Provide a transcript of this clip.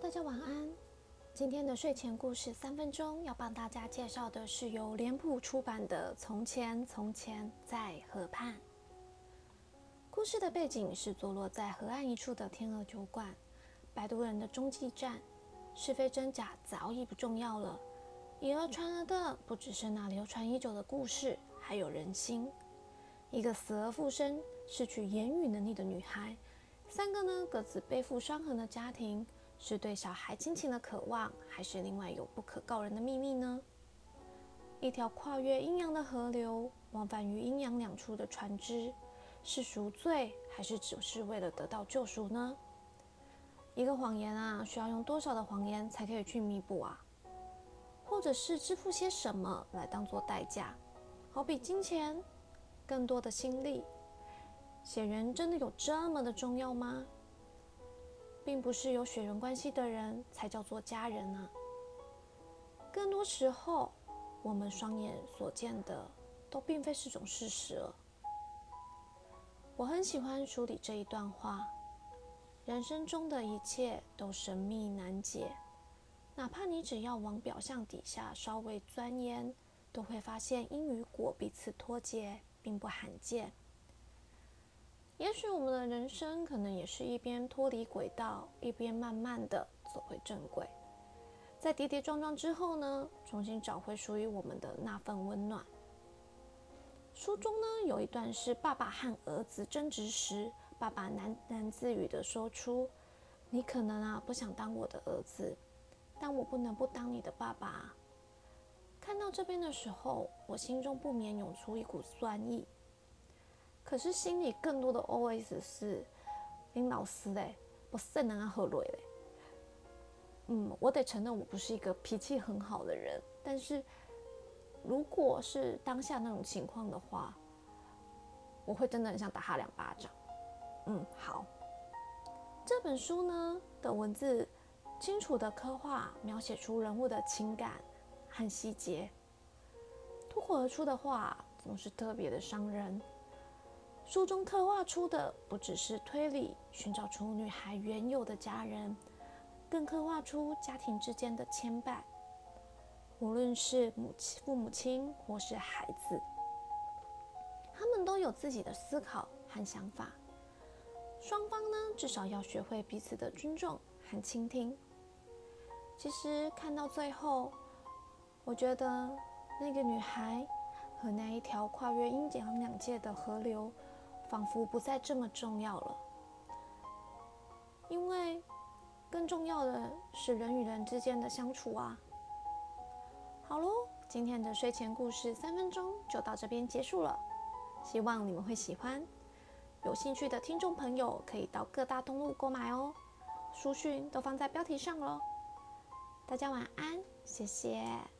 大家晚安。今天的睡前故事3分钟要帮大家介绍的是由脸谱出版的《从前从前在河畔》。故事的背景是坐落在河岸一处的天鹅酒馆，摆渡人的中继站。是非真假早已不重要了，以讹传讹的不只是那流传已久的故事，还有人心。一个死而复生、失去言语能力的女孩，3个呢各自背负伤痕的家庭，是对小孩亲情的渴望，还是另外有不可告人的秘密呢？一条跨越阴阳的河流，往返于阴阳两处的船只，是赎罪，还是只是为了得到救赎呢？一个谎言啊，需要用多少的谎言才可以去弥补啊？或者是支付些什么来当做代价？好比金钱、更多的心力。血缘真的有这么的重要吗？并不是有血缘关系的人才叫做家人啊。更多时候，我们双眼所见的都并非是种事实了。我很喜欢书里这一段话：人生中的一切都神秘难解，哪怕你只要往表象底下稍微钻研，都会发现因与果彼此脱节，并不罕见。也许我们的人生可能也是一边脱离轨道，一边慢慢的走回正轨，在跌跌撞撞之后呢，重新找回属于我们的那份温暖。书中呢有一段是爸爸和儿子争执时，爸爸喃喃自语的说出：你可能啊不想当我的儿子，但我不能不当你的爸爸啊。看到这边的时候，我心中不免涌出一股酸意，可是心里更多的 OS 是：林老师不是能啊何累嘞。我得承认我不是一个脾气很好的人，但是如果是当下那种情况的话，我会真的很想打他2巴掌。好。这本书呢的文字清楚的刻画描写出人物的情感和细节，脱口而出的话总是特别的伤人。书中刻画出的不只是推理，寻找出女孩原有的家人，更刻画出家庭之间的牵绊，无论是父母亲或是孩子，他们都有自己的思考和想法。双方呢，至少要学会彼此的尊重和倾听。其实看到最后，我觉得那个女孩和那一条跨越阴阳两界的河流，仿佛不再这么重要了。因为更重要的是人与人之间的相处啊。好咯，今天的睡前故事3分钟就到这边结束了，希望你们会喜欢。有兴趣的听众朋友可以到各大通路购买哦，书讯都放在标题上咯。大家晚安，谢谢。